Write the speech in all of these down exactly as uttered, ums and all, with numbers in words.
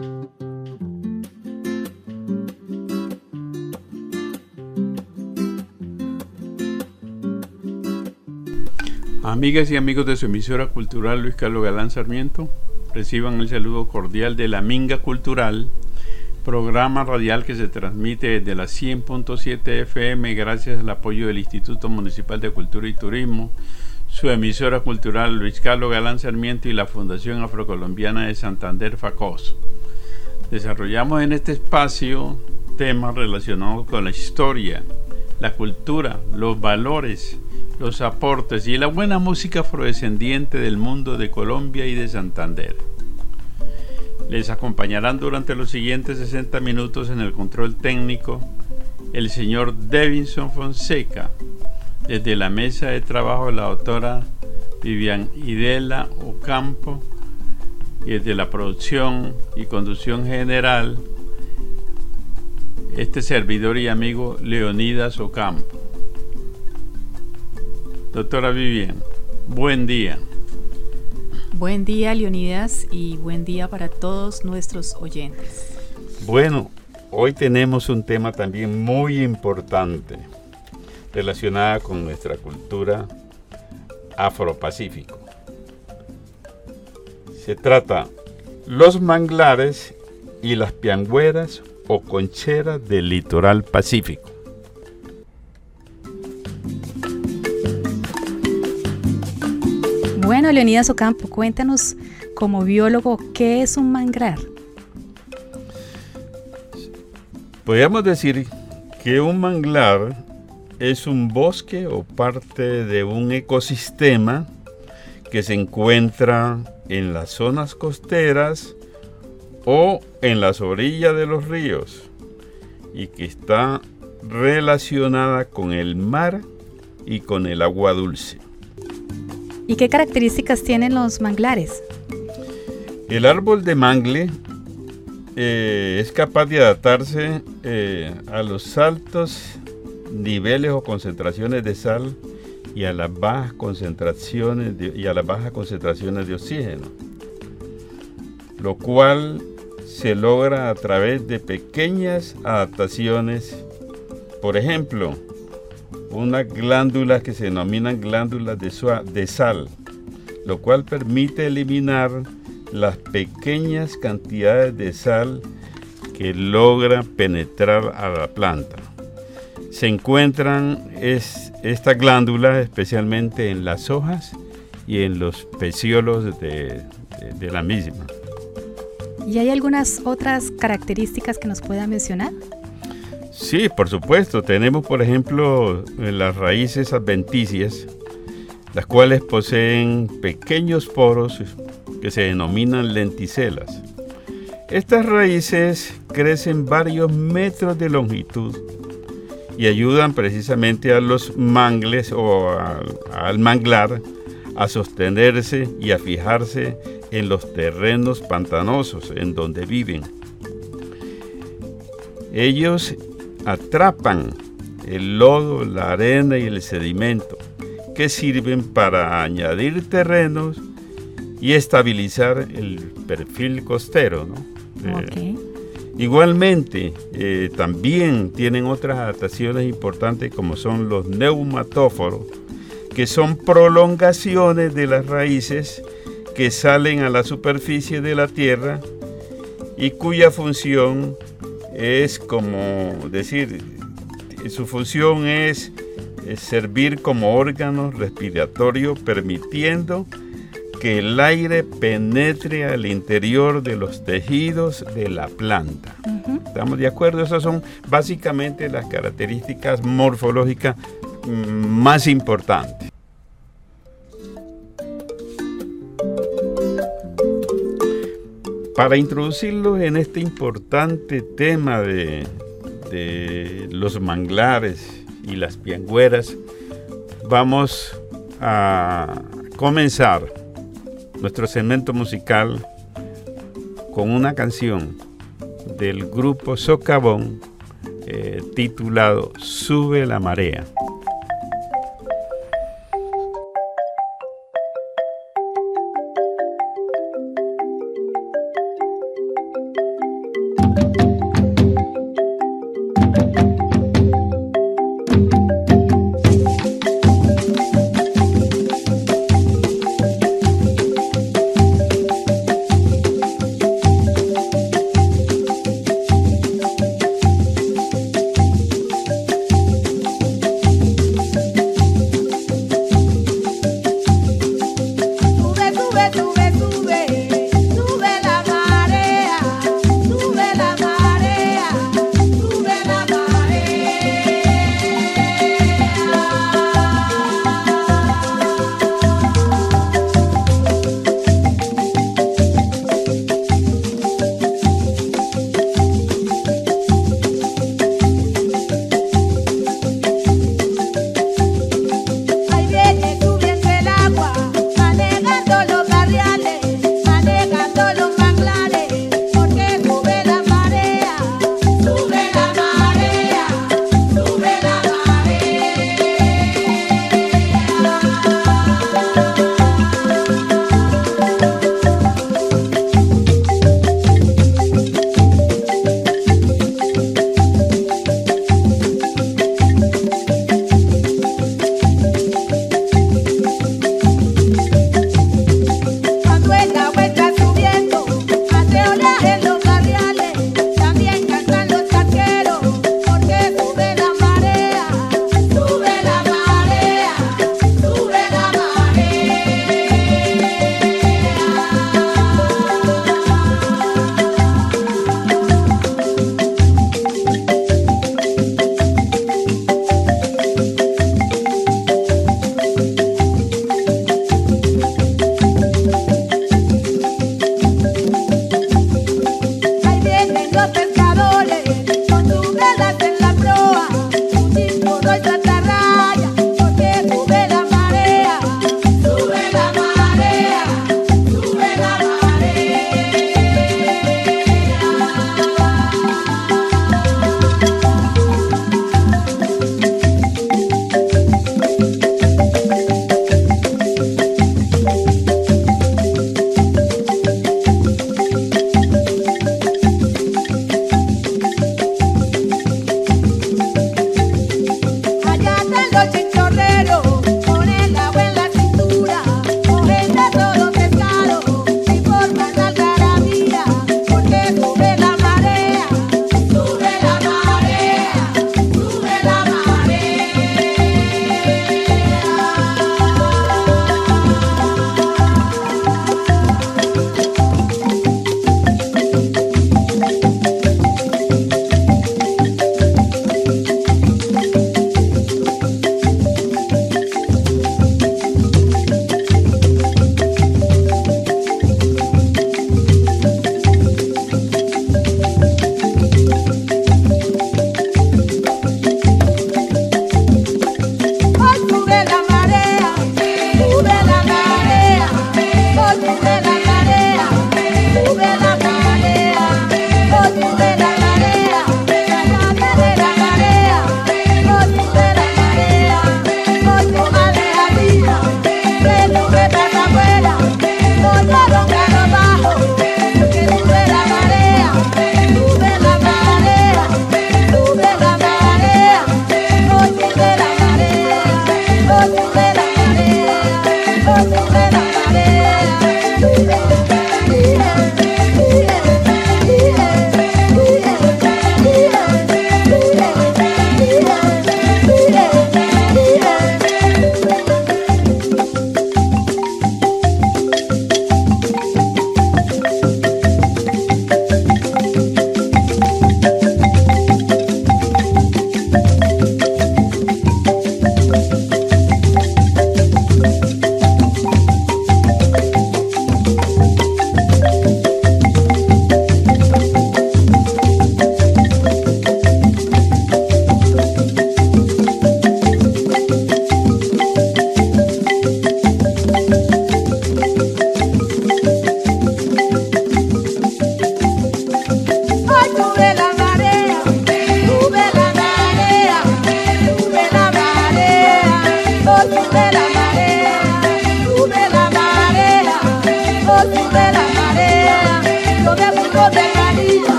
Amigas y amigos de su emisora cultural Luis Carlos Galán Sarmiento, reciban el saludo cordial de la Minga Cultural, programa radial que se transmite desde la cien punto siete F M gracias al apoyo del Instituto Municipal de Cultura y Turismo, su emisora cultural Luis Carlos Galán Sarmiento y la Fundación Afrocolombiana de Santander FACOS. Desarrollamos en este espacio temas relacionados con la historia, la cultura, los valores, los aportes y la buena música afrodescendiente del mundo de Colombia y de Santander. Les acompañarán durante los siguientes sesenta minutos en el control técnico el señor Devinson Fonseca, desde la mesa de trabajo la doctora Vivian Idela Ocampo, y desde la producción y conducción general este servidor y amigo Leonidas Ocampo. Doctora Vivian, buen día. Buen día, Leonidas, y buen día para todos nuestros oyentes. Bueno, hoy tenemos un tema también muy importante relacionado con nuestra cultura afropacífico. Se trata los manglares y las piangüeras o concheras del litoral pacífico. Bueno, Leonidas Ocampo, cuéntanos como biólogo, ¿qué es un manglar? Podríamos decir que un manglar es un bosque o parte de un ecosistema que se encuentra en las zonas costeras o en las orillas de los ríos y que está relacionada con el mar y con el agua dulce. ¿Y qué características tienen los manglares? El árbol de mangle eh, es capaz de adaptarse eh, a los altos niveles o concentraciones de sal y a las bajas concentraciones de, y a las bajas concentraciones de oxígeno, lo cual se logra a través de pequeñas adaptaciones. Por ejemplo, unas glándulas que se denominan glándulas de, sua- de sal, lo cual permite eliminar las pequeñas cantidades de sal que logra penetrar a la planta. Se encuentran es, estas glándulas especialmente en las hojas y en los pecíolos de, de, de la misma. ¿Y hay algunas otras características que nos pueda mencionar? Sí, por supuesto. Tenemos, por ejemplo, las raíces adventicias, las cuales poseen pequeños poros que se denominan lenticelas. Estas raíces crecen varios metros de longitud y ayudan precisamente a los mangles o a, al manglar a sostenerse y a fijarse en los terrenos pantanosos en donde viven. Ellos atrapan el lodo, la arena y el sedimento, que sirven para añadir terrenos y estabilizar el perfil costero, ¿no? Okay. Eh, igualmente, eh, también tienen otras adaptaciones importantes como son los neumatóforos, que son prolongaciones de las raíces que salen a la superficie de la tierra y cuya función es como decir, su función es, es servir como órgano respiratorio, permitiendo que el aire penetre al interior de los tejidos de la planta. Uh-huh. ¿Estamos de acuerdo? Esas son básicamente las características morfológicas más importantes. Para introducirlos en este importante tema de, de los manglares y las piangüeras, vamos a comenzar nuestro segmento musical con una canción del grupo Socavón eh, titulado Sube la Marea. Sube, sube, sube, sube la marea, sube la marea.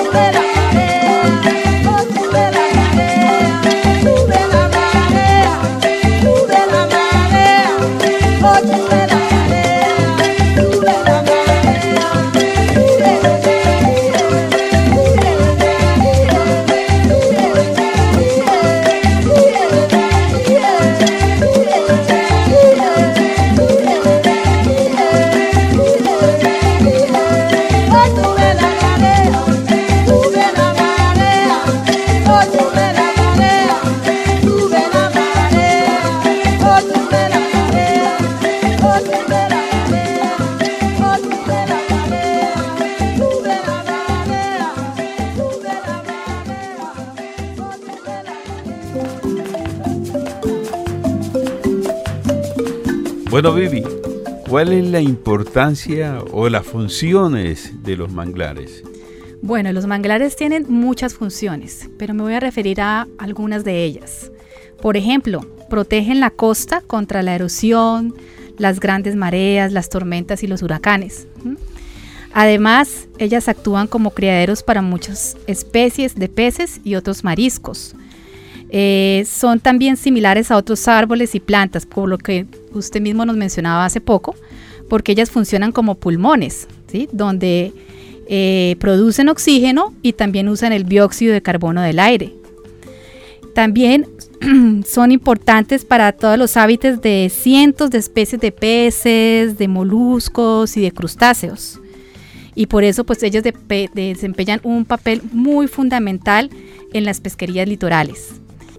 Bueno, Vivi, ¿cuál es la importancia o las funciones de los manglares? Bueno, los manglares tienen muchas funciones, pero me voy a referir a algunas de ellas. Por ejemplo, protegen la costa contra la erosión, las grandes mareas, las tormentas y los huracanes. Además, ellas actúan como criaderos para muchas especies de peces y otros mariscos. Eh, son también similares a otros árboles y plantas, por lo que usted mismo nos mencionaba hace poco, porque ellas funcionan como pulmones, ¿sí? Donde eh, producen oxígeno y también usan el dióxido de carbono del aire. También son importantes para todos los hábitats de cientos de especies de peces, de moluscos y de crustáceos. Y por eso pues ellos de, de, desempeñan un papel muy fundamental en las pesquerías litorales.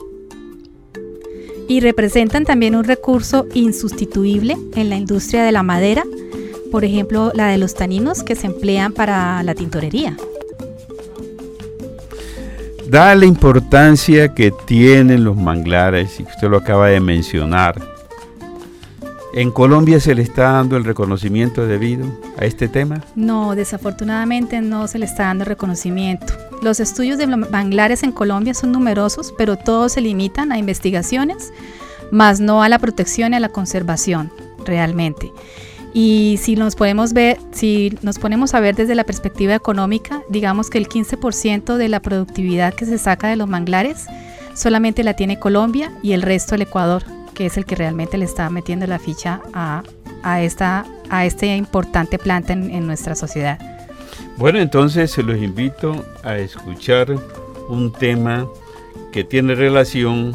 Y representan también un recurso insustituible en la industria de la madera, por ejemplo la de los taninos que se emplean para la tintorería. Da la importancia que tienen los manglares, y usted lo acaba de mencionar. ¿En Colombia se le está dando el reconocimiento debido a este tema? No, desafortunadamente no se le está dando reconocimiento. Los estudios de manglares en Colombia son numerosos, pero todos se limitan a investigaciones, más no a la protección y a la conservación, realmente. Y si nos podemos ver, si nos ponemos a ver desde la perspectiva económica, digamos que el quince por ciento de la productividad que se saca de los manglares solamente la tiene Colombia y el resto el Ecuador, que es el que realmente le está metiendo la ficha a, a, esta, a esta importante planta en, en nuestra sociedad. Bueno, entonces se los invito a escuchar un tema que tiene relación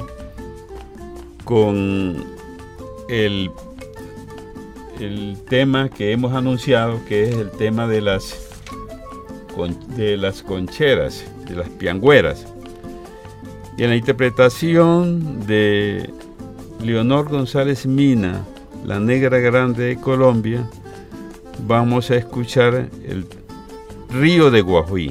con el, el tema que hemos anunciado, que es el tema de las, de las concheras, de las piangüeras. Y en la interpretación de Leonor González Mina, la negra grande de Colombia, vamos a escuchar el Río de Guajuí.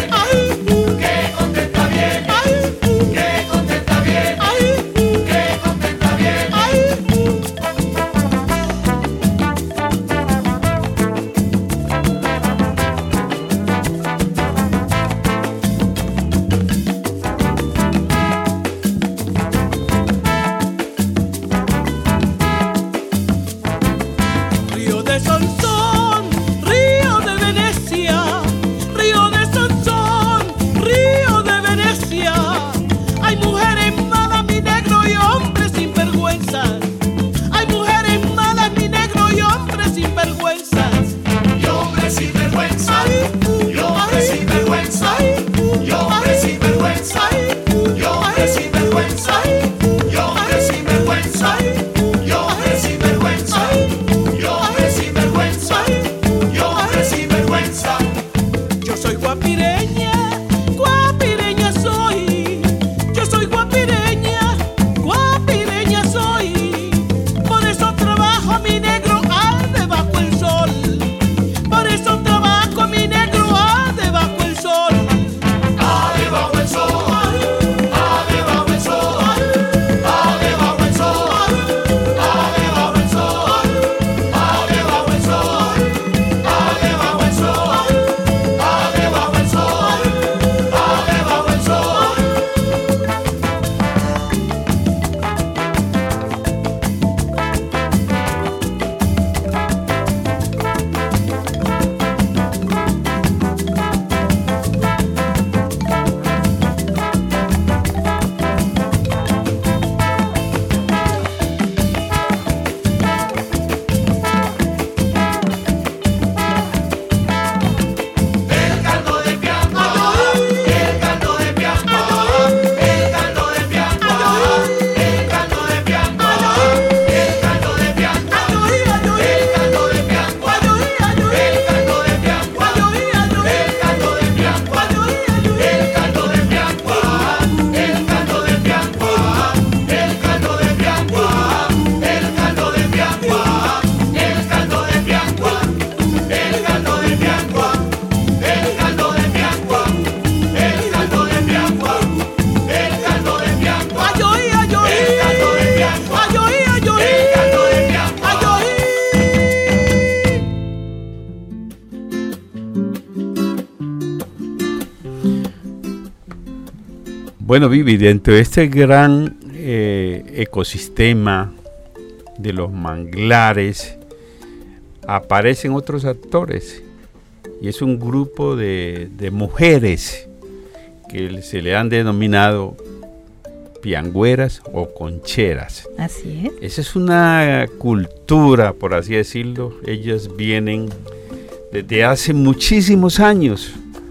Qué sinvergüenza, yo hombre sinvergüenza, yo hombre sinvergüenza, yo hombre sinvergüenza, yo hombre sinvergüenza. Yo soy guapireña, guapireña soy. Yo soy guapireña, guapireña soy. Por eso trabajo mi negro ah, debajo el sol. Por eso trabajo mi negro ah, debajo el sol. Ah, debajo el sol, ah, debajo el sol, ah, debajo el sol, ah, debajo el sol, ah, debajo el sol, ah, debajo el sol, ah, debajo el sol, ah, debajo el sol. El caldo de piangua, el caldo de piangua, el caldo de piangua, el caldo de piangua, el caldo de piangua, el caldo de piangua, el caldo de piangua, el caldo de piangua, el caldo de piangua, el caldo de piangua, el caldo de piangua, el caldo de piangua, el caldo de piangua, el caldo de piangua, el caldo de piangua, el caldo de piangua, el caldo de piangua, Ayoí, ayoí, el caldo de piangua, ayoí, ayoí, el caldo de piangua. ayoí. Bueno, Vivi, dentro de este gran eh, ecosistema de los manglares aparecen otros actores y es un grupo de, de mujeres que se le han denominado piangüeras o concheras. Así es. Esa es una cultura, por así decirlo. Ellas vienen desde hace muchísimos años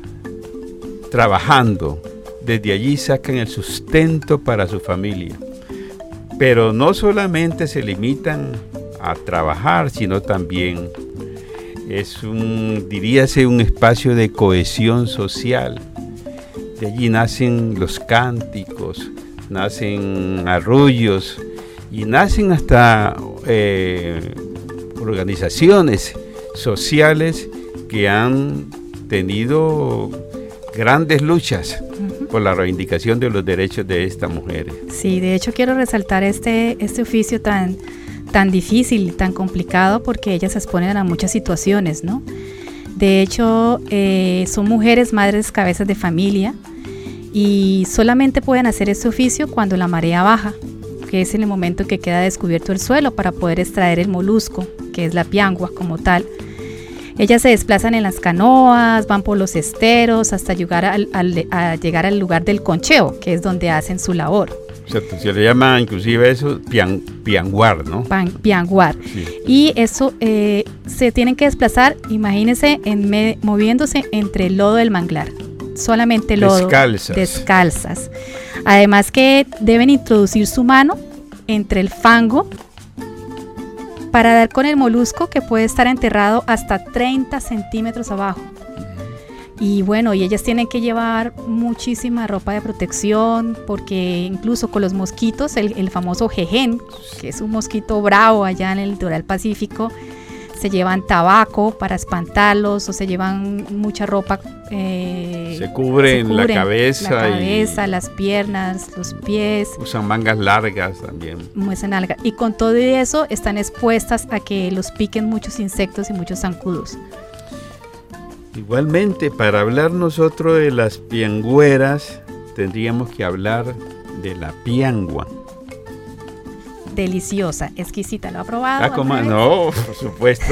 trabajando. Desde allí sacan el sustento para su familia. Pero no solamente se limitan a trabajar, sino también es un, diríase, un espacio de cohesión social. De allí nacen los cánticos, nacen arrullos y nacen hasta eh, organizaciones sociales que han tenido grandes luchas uh-huh. por la reivindicación de los derechos de estas mujeres. Sí, de hecho quiero resaltar este, este oficio tan, tan difícil, tan complicado, porque ellas se exponen a muchas situaciones, ¿no? De hecho, eh, son mujeres, madres, cabezas de familia, y solamente pueden hacer este oficio cuando la marea baja, que es en el momento que queda descubierto el suelo para poder extraer el molusco, que es la piangua como tal. Ellas se desplazan en las canoas, van por los esteros hasta llegar al, al, a llegar al lugar del concheo, que es donde hacen su labor. Cierto, se le llama inclusive eso pian, pianguar, ¿no? Pan, pianguar. Sí. Y eso eh, se tienen que desplazar, imagínense, en me, moviéndose entre el lodo del manglar. Solamente lodo. Descalzas. Descalzas. Además que deben introducir su mano entre el fango para dar con el molusco, que puede estar enterrado hasta treinta centímetros abajo. Y bueno, y ellas tienen que llevar muchísima ropa de protección, porque incluso con los mosquitos, el, el famoso jején, que es un mosquito bravo allá en el litoral pacífico, se llevan tabaco para espantarlos, o se llevan mucha ropa. Eh, se cubren, se cubren la cabeza, la cabeza, y las piernas, los pies. Usan mangas largas también. Usan alga. Y con todo eso están expuestas a que los piquen muchos insectos y muchos zancudos. Igualmente, para hablar nosotros de las piangüeras, tendríamos que hablar de la piangua. Deliciosa, exquisita. ¿Lo ha probado? Ah, ¿cómo? No, por supuesto.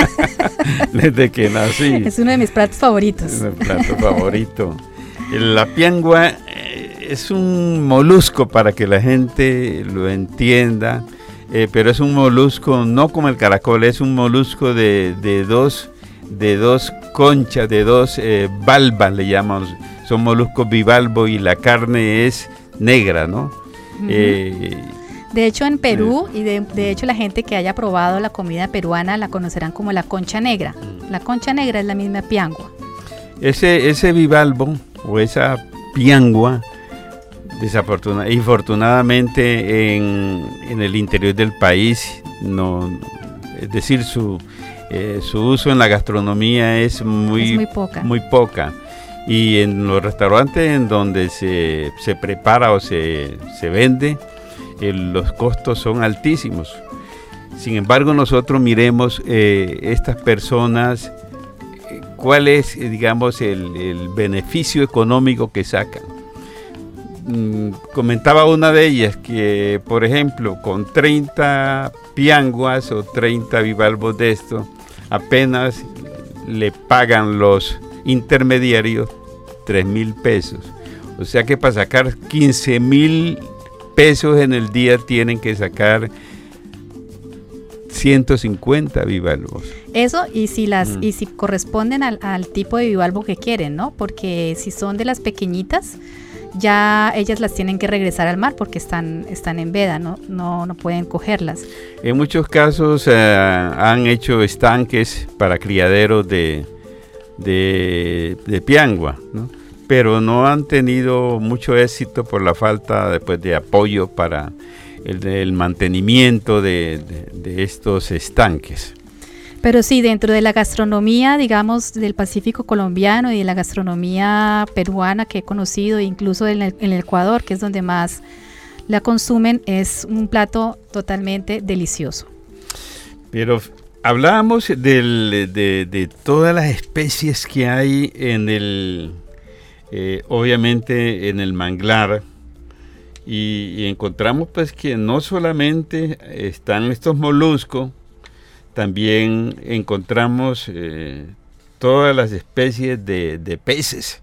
Desde que nací. Es uno de mis platos favoritos. Es mi plato favorito. La piangua es un molusco, para que la gente lo entienda, eh, pero es un molusco no como el caracol, es un molusco de, de dos de dos conchas, de dos eh, valvas le llamamos. Son moluscos bivalvos y la carne es negra, ¿no? Ujú. Eh, De hecho, en Perú, y de, de hecho la gente que haya probado la comida peruana la conocerán como la concha negra. La concha negra es la misma piangua. ese, ese bivalvo o esa piangua, desafortunadamente, infortunadamente en, en el interior del país, no, es decir, su, eh, su uso en la gastronomía es muy, Es muy poca. muy poca. Y en los restaurantes en donde se, se prepara o se, se vende, eh, los costos son altísimos. Sin embargo, nosotros miremos eh, estas personas, eh, cuál es, eh, digamos, el, el beneficio económico que sacan. Mm, comentaba una de ellas que, por ejemplo, con treinta pianguas o treinta bivalvos de esto, apenas le pagan los intermediarios tres mil pesos. O sea que para sacar quince mil pesos en el día tienen que sacar ciento cincuenta bivalvos. Eso y si las Mm. y si corresponden al, al tipo de bivalvo que quieren, ¿no? Porque si son de las pequeñitas, ya ellas las tienen que regresar al mar porque están, están en veda, ¿no? No, no pueden cogerlas. En muchos casos eh, han hecho estanques para criaderos de, de, de piangua, ¿no? Pero no han tenido mucho éxito por la falta de, pues, de apoyo para el, el mantenimiento de, de, de estos estanques. Pero sí, dentro de la gastronomía, digamos, del Pacífico colombiano y de la gastronomía peruana que he conocido, incluso en el, en el Ecuador, que es donde más la consumen, es un plato totalmente delicioso. Pero hablábamos del, de, de todas las especies que hay en el, eh, obviamente en el manglar, y, y encontramos pues que no solamente están estos moluscos, también encontramos eh, todas las especies de, de peces.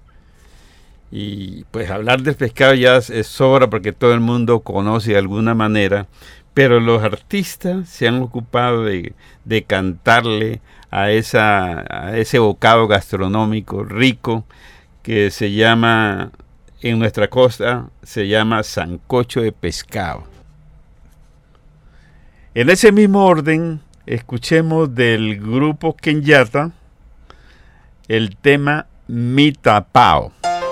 Y pues hablar de pescado ya es sobra porque todo el mundo conoce de alguna manera, pero los artistas se han ocupado de, de cantarle a, esa, a ese bocado gastronómico rico que se llama, en nuestra costa, se llama sancocho de pescado. En ese mismo orden, escuchemos del grupo Kenyata el tema Mi Tapao.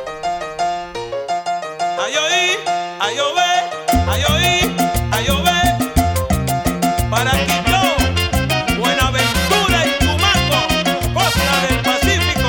Ay oí, ay ové, ay oí, ay ové. Para Quito, Buenaventura y Tumaco, costa del Pacífico.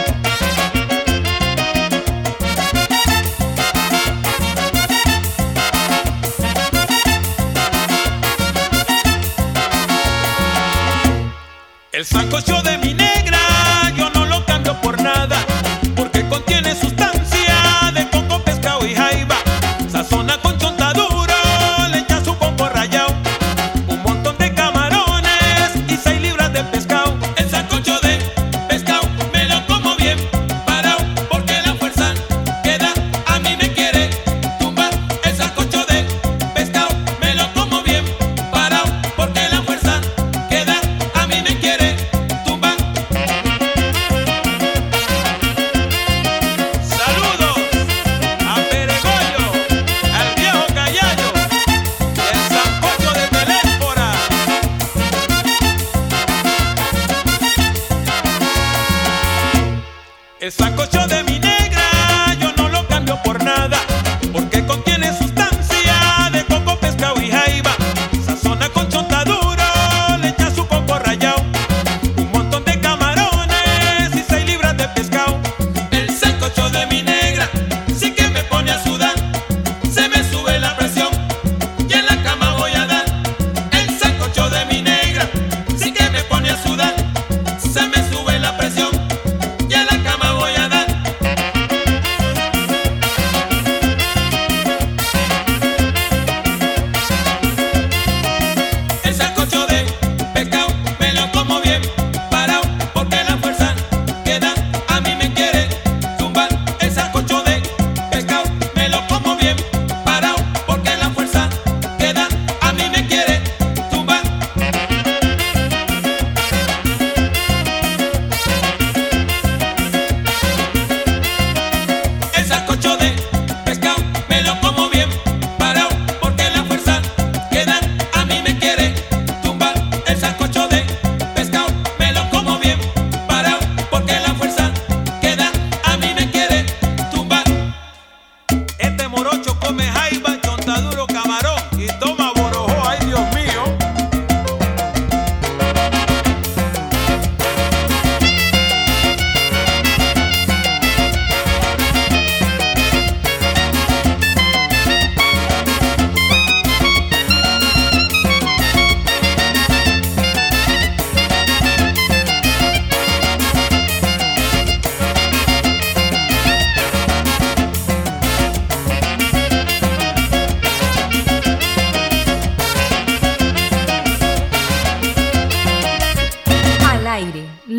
El sancocho de mi negra yo no lo cambio por nada, porque contiene sustancia de coco, pescado y jaiba. Sazona con chontaduro, le echa su pompo rallao, un montón de camarones y seis libras de pescado. El sancocho de pescado me lo como bien parado, porque la fuerza que da a mí me quiere tumbar. El sancocho de pescado me lo como bien parado, porque la fuerza que da a mí me quiere tumbar.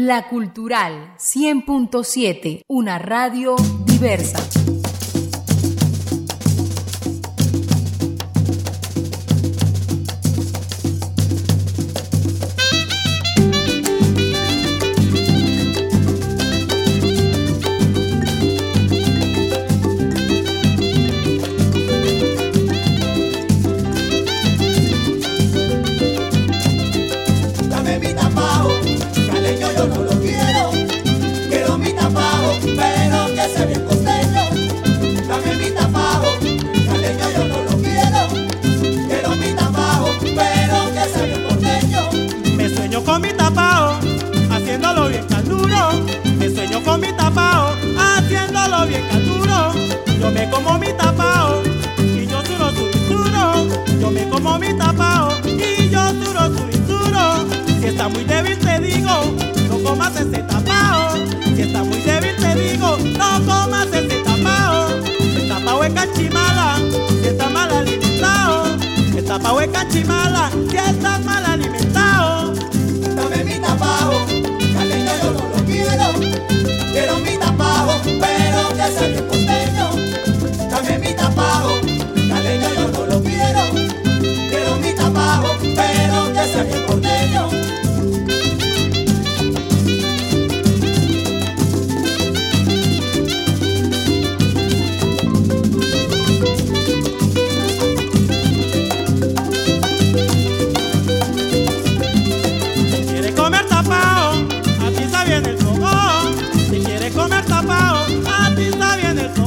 La Cultural cien punto siete, una radio diversa. Con mi tapao, haciéndolo bien calduro. Me sueño con mi tapao, haciéndolo bien calduro. Yo me como mi tapao y yo suro surisuro. Yo me como mi tapao y yo suro surisuro. Si está muy débil te digo, no comas ese tapao. Si está muy débil te digo, no comas ese tapao. El tapao es cachimala, si está mal alimentado. El tapao es cachimala, si estás mal alimentado. Dame mi tapao, caleño yo no lo quiero. Quiero mi tapao, pero que sea bien costeño. Dame mi tapao, caleño yo no lo quiero. Quiero mi tapao, pero que sea bien costeño. El fogón, si quieres comer tapao, a ti está bien el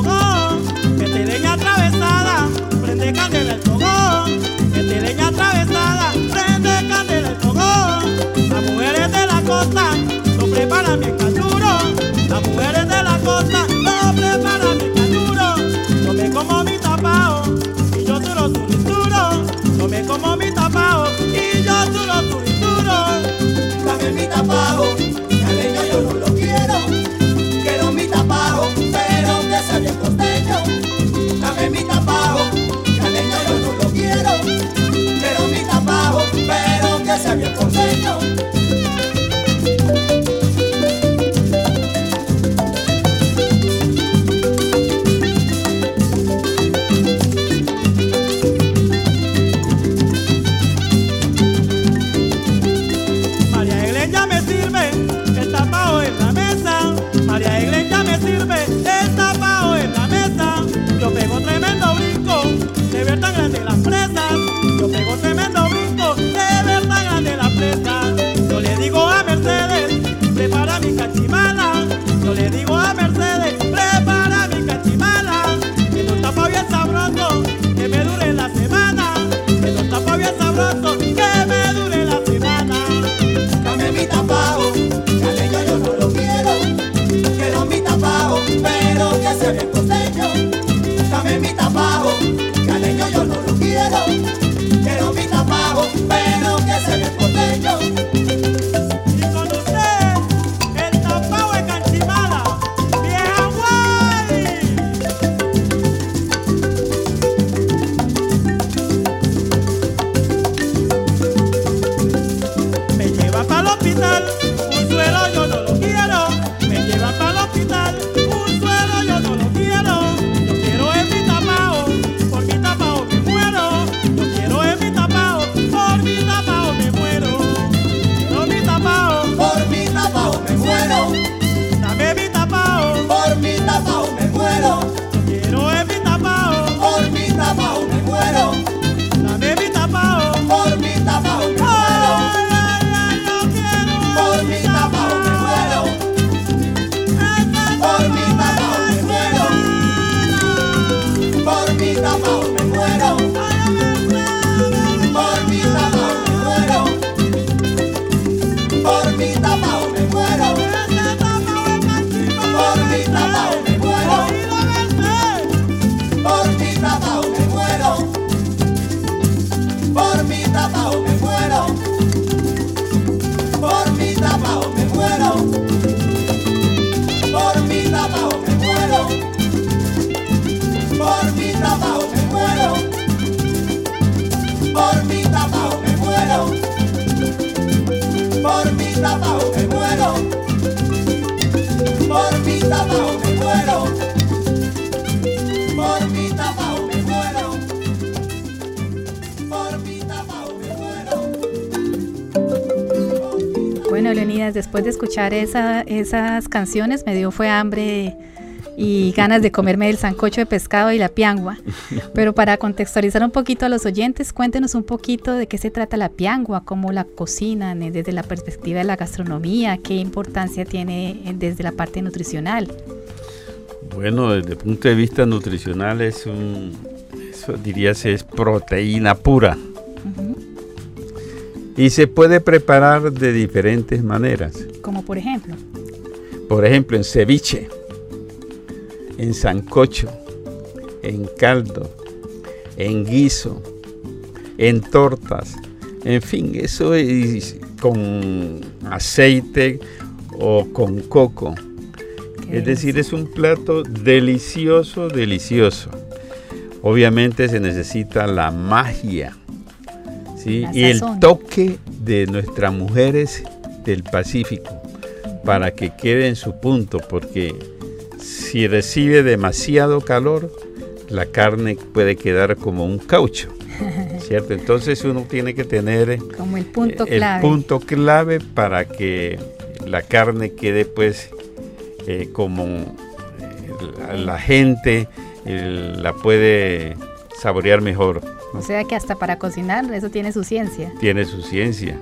Bueno, Leonidas, después de escuchar esa, esas canciones me dio fue hambre y ganas de comerme el sancocho de pescado y la piangua. Pero para contextualizar un poquito a los oyentes, cuéntenos un poquito de qué se trata la piangua, cómo la cocinan desde la perspectiva de la gastronomía, qué importancia tiene desde la parte nutricional. Bueno, desde el punto de vista nutricional es un, eso dirías es proteína pura. Uh-huh. Y se puede preparar de diferentes maneras. Como por ejemplo. Por ejemplo, en ceviche, en sancocho, en caldo, en guiso, en tortas, en fin, eso es con aceite o con coco. Es decir, es un plato delicioso, delicioso. Obviamente se necesita la magia, ¿sí? Y el toque de nuestras mujeres del Pacífico para que quede en su punto, porque si recibe demasiado calor, la carne puede quedar como un caucho, ¿cierto? Entonces uno tiene que tener como el punto el clave. punto clave para que la carne quede pues eh, como eh, la, la gente eh, la puede saborear mejor, ¿no? O sea que hasta para cocinar eso tiene su ciencia. Tiene su ciencia.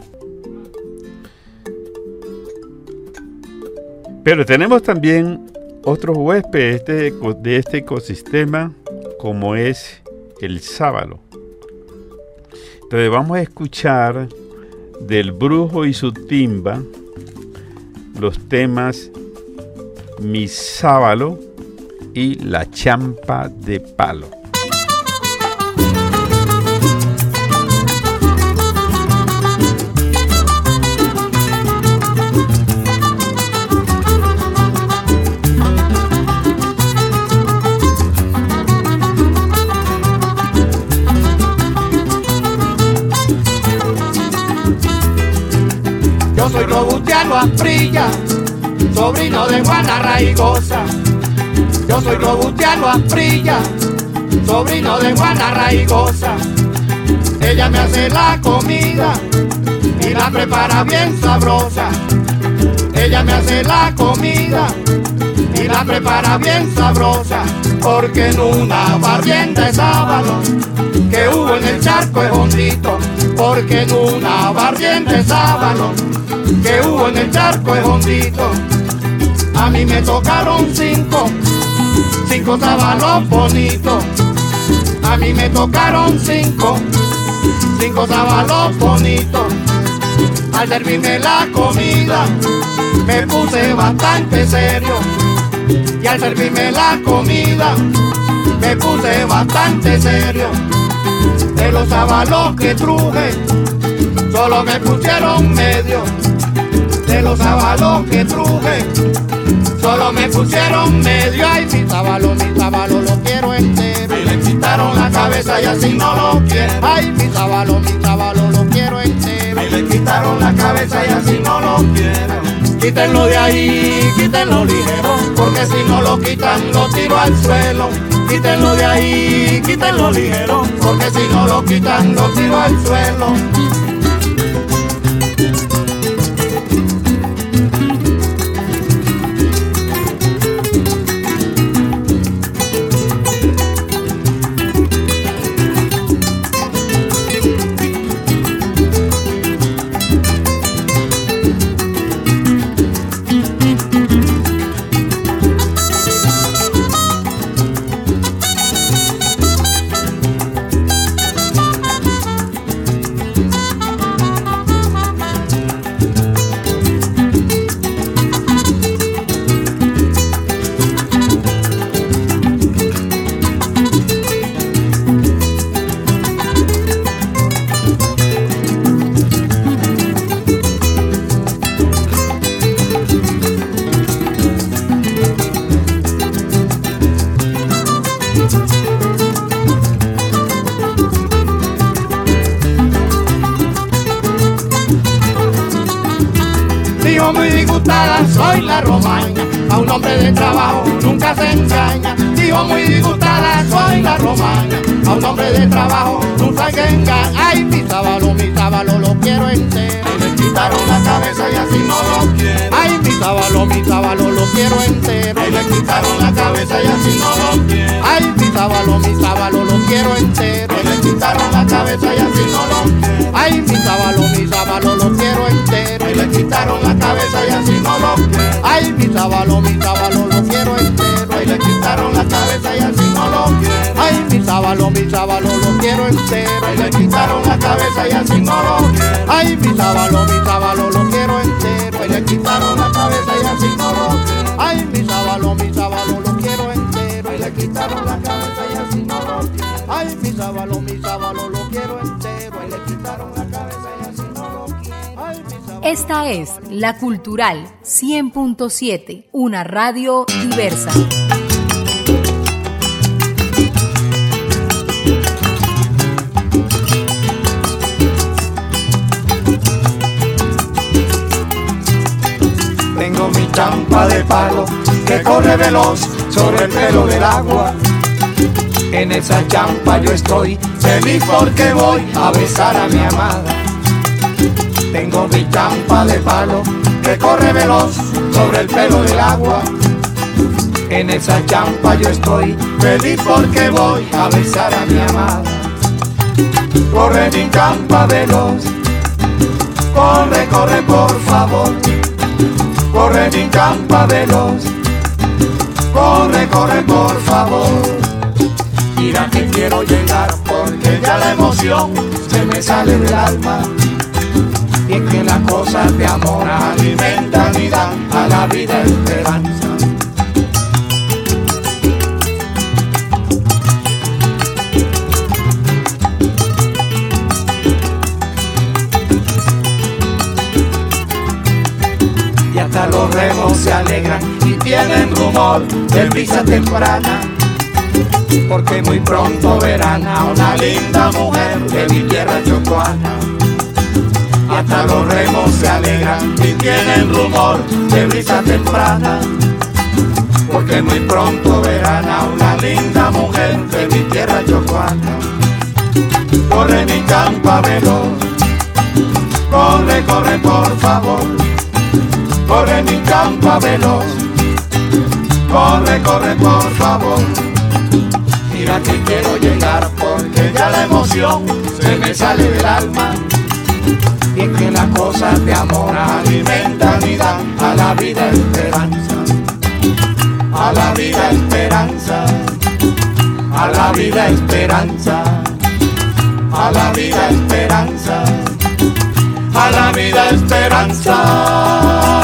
Pero tenemos también otros huéspedes de, de este ecosistema, como es el sábalo. Entonces vamos a escuchar del brujo y su timba los temas Mi sábalo y La champa de palo. Yo soy Robustiano Asprilla, sobrino de Juana Raigosa. Yo soy Robustiano Asprilla, sobrino de Juana Raigosa. Ella me hace la comida y la prepara bien sabrosa. Ella me hace la comida y la prepara bien sabrosa. Porque en una barrienda de sábalo que hubo en el charco es hondito. Porque en una barrienda de sábalo que hubo en el charco es hondito. A mí me tocaron cinco, cinco sábalos bonitos. A mí me tocaron cinco, cinco sábalos bonitos. Al servirme la comida me puse bastante serio. Y al servirme la comida me puse bastante serio. De los sábalos que truje solo me pusieron medio. De los sábalos que truje solo me pusieron medio. Ay, mi sábalo, mi sábalo lo quiero entero. Me le quitaron la cabeza y así no lo quiero. Ay, mi sábalo, mi sábalo lo quiero entero. Me le quitaron la cabeza y así no lo quiero. Quítenlo de ahí, quítenlo ligero, porque si no lo quitan lo tiro al suelo. Quítenlo de ahí, quítenlo ligero, porque si no lo quitan lo tiro al suelo. Dijo muy disgustada, soy la romaña, a un hombre de trabajo nunca se engaña. Dijo muy disgustada, soy la romaña, a un hombre de trabajo nunca se engaña. Ay, mi sábalo, mi sábalo lo quiero entero. Me le quitaron la cabeza cabeza y así no lo quiero. Ay, mi sábalo, mi sábalo, lo quiero entero. Ay, le quitaron la cabeza y así no lo quiero. Ay, mi sábalo, mi sábalo, lo quiero entero. Ay, le quitaron la cabeza y así no lo quiero. Ay, mi sábalo, mi sábalo, lo quiero entero. Ay, le quitaron la cabeza y así no lo quiero. Ay, mi sábalo, mi sábalo, lo quiero entero. Ay, le quitaron la cabeza y así no lo quiero. Ay, mi sábalo, mi sábalo, lo quiero entero. Ay, le quitaron la cabeza y así no lo quiero. Ay, mi sábalo, mi sábalo, lo quiero entero. Ay, le quitaron la cabeza y así no lo quiero. Ay, mi sábalo, mi sábalo, lo quiero entero. Ay, le quitaron la cabeza y así no lo quiero. Ay, mi sábalo, mi sábalo, lo quiero entero. Ay, le quitaron la cabeza y así no lo quiero. Ay, mi sábalo. Esta es La Cultural cien punto siete, una radio diversa. Tengo mi champa de palo que corre veloz sobre el pelo del agua. En esa champa yo estoy feliz porque voy a besar a mi amada. Tengo mi champa de palo que corre veloz sobre el pelo del agua. En esa champa yo estoy feliz porque voy a besar a mi amada. Corre mi champa veloz, corre, corre por favor. Corre mi champa veloz, corre, corre por favor. Mira que quiero llegar porque ya la emoción se me sale del alma. Y es que las cosas de amor alimentan y dan a la vida esperanza. Y hasta los remos se alegran y tienen rumor de brisa temprana. Porque muy pronto verán a una linda mujer de mi tierra chocuana. Y hasta los remos se alegran y tienen rumor de brisa temprana. Porque muy pronto verán a una linda mujer de mi tierra chocuana. Corre mi champa veloz, corre, corre por favor. Corre mi champa veloz, corre, corre por favor. Mira que quiero llegar porque ya la emoción se me sale del alma. Y es que las cosas de amor alimentan y dan a la vida esperanza. A la vida esperanza, a la vida esperanza, a la vida esperanza, a la vida esperanza.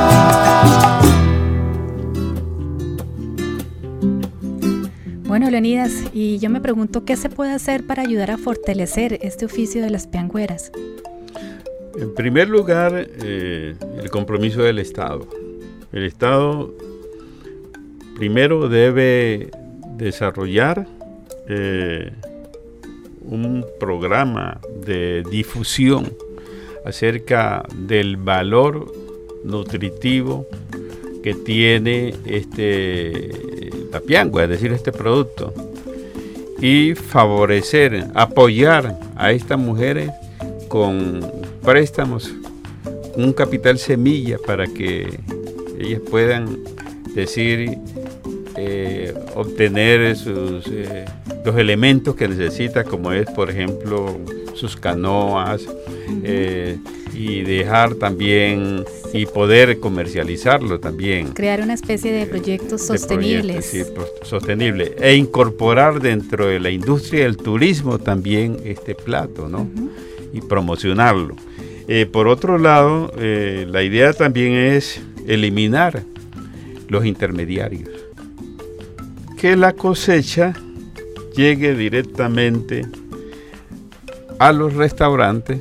Bueno, Leonidas, y yo me pregunto qué se puede hacer para ayudar a fortalecer este oficio de las piangüeras. En primer lugar, eh, el compromiso del Estado. El Estado primero debe desarrollar eh, un programa de difusión acerca del valor nutritivo que tiene este, la piangua, es decir, este producto, y favorecer, apoyar a estas mujeres con préstamos, un capital semilla para que ellas puedan decir, eh, obtener sus, eh, los elementos que necesita, como es, por ejemplo, sus canoas, eh, y dejar también y poder comercializarlo también. Crear una especie de proyectos De sostenibles. proyectos, sí, sostenible, e incorporar dentro de la industria del turismo también este plato, ¿no? Uh-huh. Y promocionarlo. Eh, por otro lado, eh, la idea también es eliminar los intermediarios. Que la cosecha llegue directamente a los restaurantes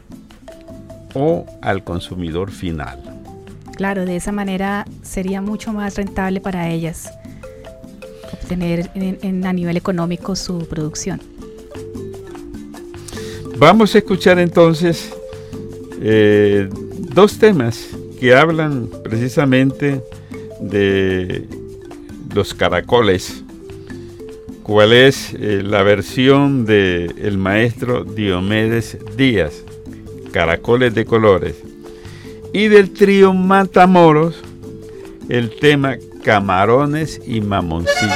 o al consumidor final. Claro, de esa manera sería mucho más rentable para ellas obtener en, en, a nivel económico su producción. Vamos a escuchar entonces eh, dos temas que hablan precisamente de los caracoles. ¿Cuál es eh, la versión del maestro Diomedes Díaz? Caracoles de colores. Y del trío Matamoros, el tema Camarones y Mamoncillo.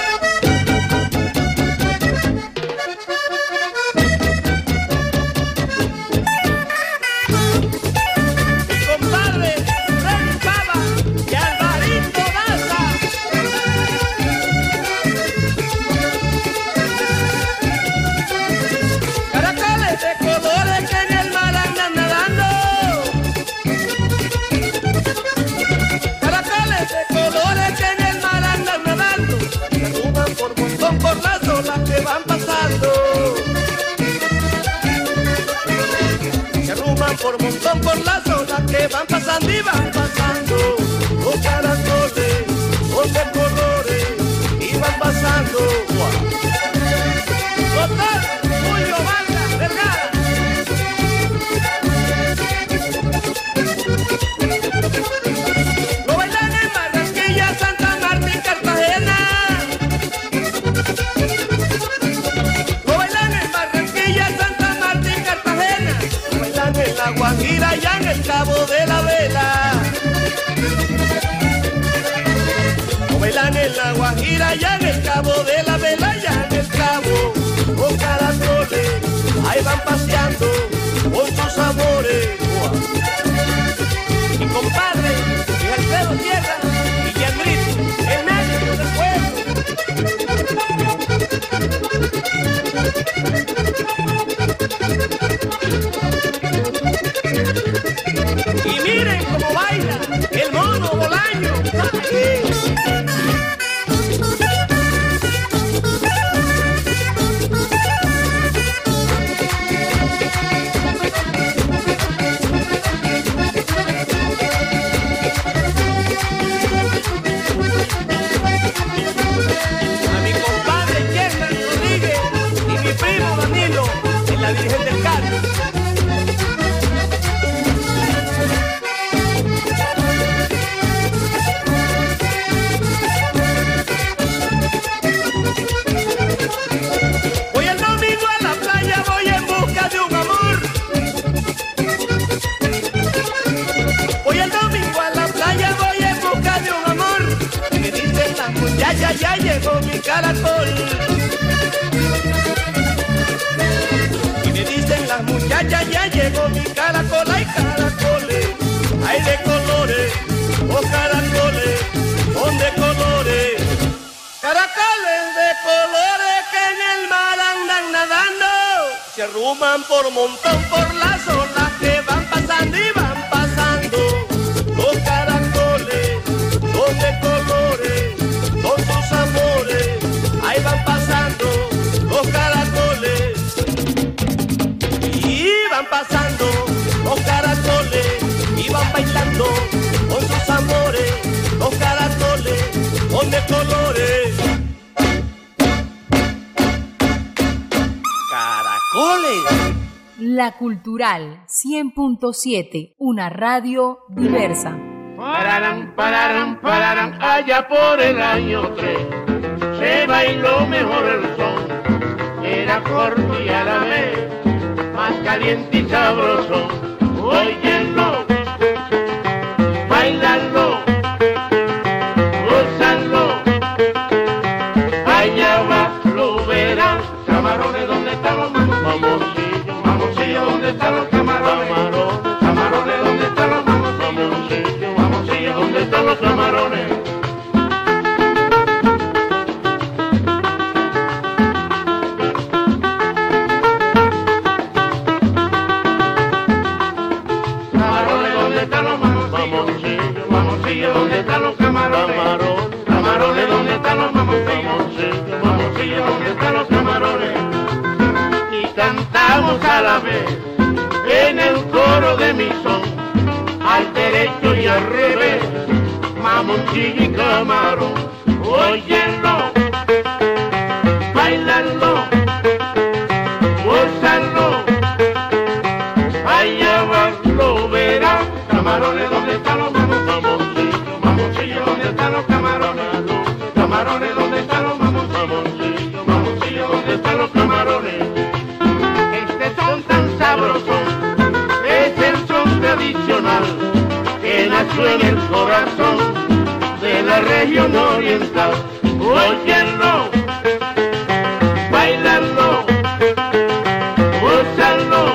Por montón por las olas que van pasando y van pasando, los caracoles, los de colores, y van pasando. Doctor Julio Vargas Vergara. Lo bailan en Barranquilla, Santa Martín, Cartagena. Lo bailan en Barranquilla, Santa Martín, Cartagena. Lo bailan en La Guajira, allá en el Cabo de la Vela. Lo bailan en La Guajira, allá en el Cabo de la Vela, allá en el Cabo. Los caracoles, ahí van paseando con sus amores. Mi compadre, mi Alfredo Tierra y Yangrito, el medio del pueblo. Y miren cómo baila el mono Bolaño. A mi compadre Yernan Rodríguez y mi primo Danilo en la Virgen del Carmen. Voy el domingo a la playa, voy en busca de un amor. Voy el domingo a la playa, voy en busca de un amor. Y me dicen las muchachas, ya llegó mi caracol. Y me dicen las muchachas, ya llegó mi caracol. Hay caracoles, hay de colores, oh caracoles, son de colores. Caracoles de colores que en el mar andan nadando, se arruman por montón por las olas que van pasando y van pasando. Los caracoles, son de colores, son sus amores, ahí van pasando los caracoles. Y van pasando los caracoles, y van bailando con sus amores, los caracoles, son de colores. Caracoles. La Cultural cien punto siete, una radio diversa. Pararán, pararán, pararán, allá por el año tres, se bailó mejor el son, era corto y a la vez, más caliente y sabroso, óyenlo, bailarlo, gozarlo, allá va, lo verán, camarones, ¿dónde están los mamoncillos? Mamoncillos, ¿dónde están los camarones? Camarones, ¿dónde están los mamoncillos? Mamoncillos, ¿dónde están los camarones? Camarones, ¿dónde están los mamoncillos? Mamoncillos, ¿dónde están los camarones? Camarones, ¿dónde están los mamoncillos? Mamoncillos, ¿dónde están los camarones? Y cantamos a la vez en el coro de mi son, al derecho y al revés, mamoncillo y camarón, óyenlo, bailarlo, gozarlo, allá va, lo verán, camarones, ¿dónde están los mamoncillos? Mamoncillos, ¿dónde están los camarones? Camarones, ¿dónde están los mamoncillos? Mamoncillos, ¿dónde están los camarones? Este son tan sabroso, es el son tradicional gozo en el corazón de la región oriental. Óyenlo, bailarlo, gozarlo,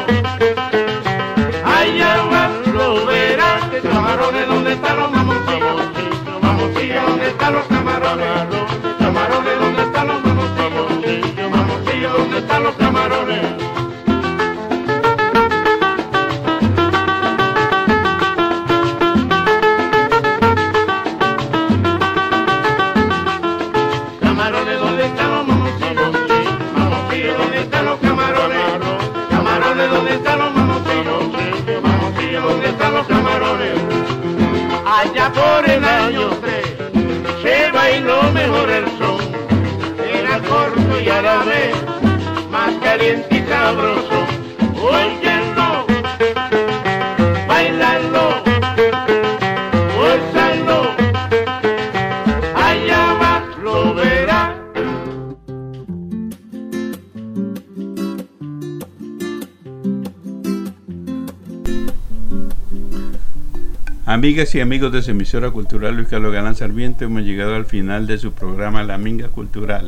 allá va, lo verán. Camarones, ¿dónde están los mamoncillos? Mamoncillos, ¿dónde están los camarones? Camarones, ¿dónde están los mamoncillos? Mamoncillos, ¿dónde están los camarones? Camarones, ¿dónde están los mamoncillos? Mamoncillos, ¿dónde están los camarones? Camarones, ¿dónde están los mamoncillos? Mamoncillos, ¿dónde están los camarones? Allá por el año tres se bailó mejor el son, era corto y a la vez más caliente y sabroso. Óyenlo, bailarlo, gozarlo, allá va, lo verá. Amigas y amigos de su emisora cultural Luis Carlos Galán Sarmiento, hemos llegado al final de su programa La Minga Cultural.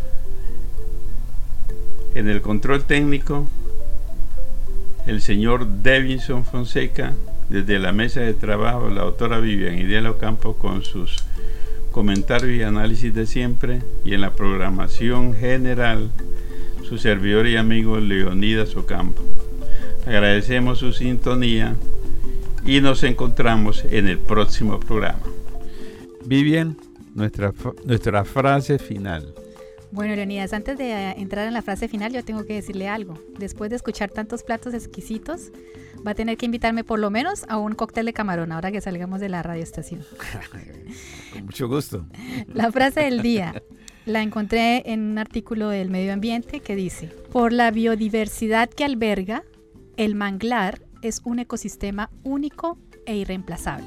En el control técnico, el señor Devinson Fonseca. Desde la mesa de trabajo, la doctora Vivian Idela Ocampo con sus comentarios y análisis de siempre. Y en la programación general, su servidor y amigo Leonidas Ocampo. Agradecemos su sintonía y nos encontramos en el próximo programa. Vivian, nuestra, nuestra frase final. Bueno, Leonidas, antes de entrar en la frase final, yo tengo que decirle algo. Después de escuchar tantos platos exquisitos, va a tener que invitarme por lo menos a un cóctel de camarón ahora que salgamos de la radioestación. Con mucho gusto. La frase del día la encontré en un artículo del Medio Ambiente que dice: por la biodiversidad que alberga, el manglar es un ecosistema único e irreemplazable.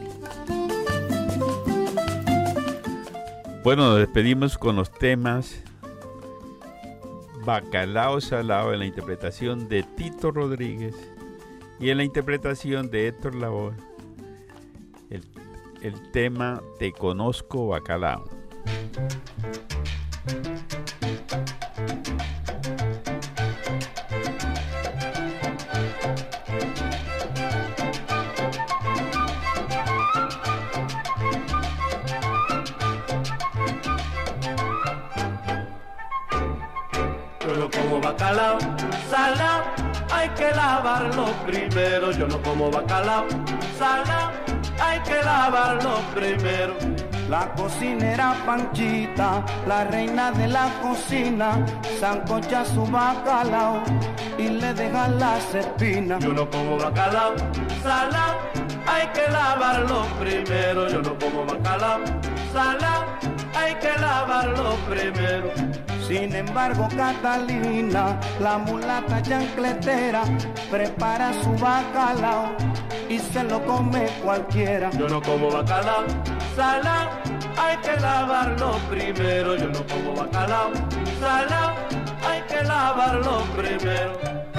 Bueno, nos despedimos con los temas Bacalao Salao en la interpretación de Tito Rodríguez y en la interpretación de Héctor Lavoe, el, el tema Te Conozco Bacalao. Yo no como bacalao salao, hay que lavarlo primero. Yo no como bacalao salao, hay que lavarlo primero. La cocinera Panchita, la reina de la cocina, sancocha su bacalao y le deja las espinas. Yo no como bacalao salao, hay que lavarlo primero. Yo no como bacalao salao, hay que lavarlo primero. Sin embargo, Catalina, la mulata chancletera, prepara su bacalao y se lo come cualquiera. Yo no como bacalao salao, hay que lavarlo primero. Yo no como bacalao salao, hay que lavarlo primero.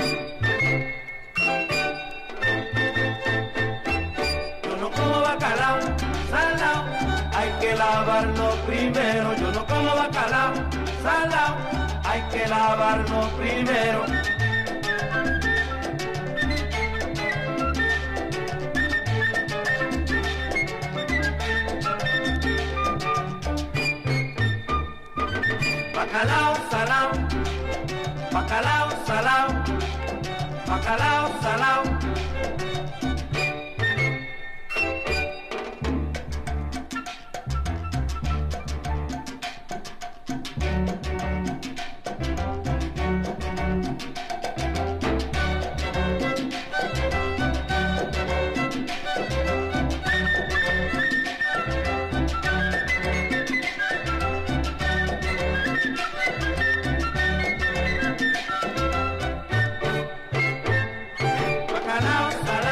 Yo no como bacalao salao, hay que lavarlo primero. Yo no como bacalao salao, hay que lavarlo primero. Bacalao salao, bacalao salao, bacalao salao. Bacalao salao.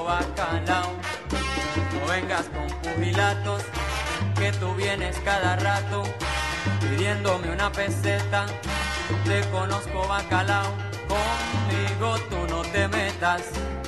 bacalao. No vengas con pugilatos, que tú vienes cada rato pidiéndome una peseta. Te conozco, bacalao, conmigo tú no te metas.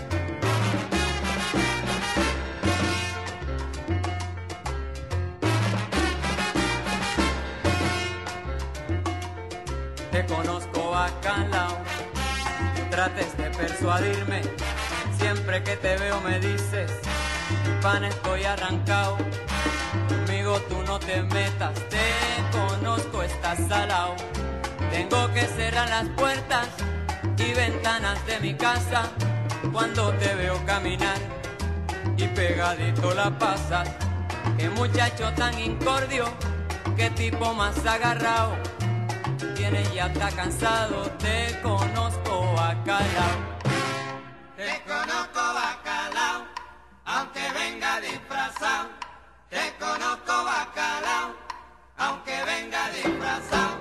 Te conozco, bacalao, trates de persuadirme. Siempre que te veo me dices, pan estoy arrancado. Conmigo tú no te metas, te conozco, estás salao. Tengo que cerrar las puertas y ventanas de mi casa cuando te veo caminar y pegadito la pasas. Qué muchacho tan incordio, qué tipo más agarrado. Tienes ya está cansado, te conozco, bacalao. Te conozco, bacalao, aunque venga disfrazado. Te conozco, bacalao, aunque venga disfrazado.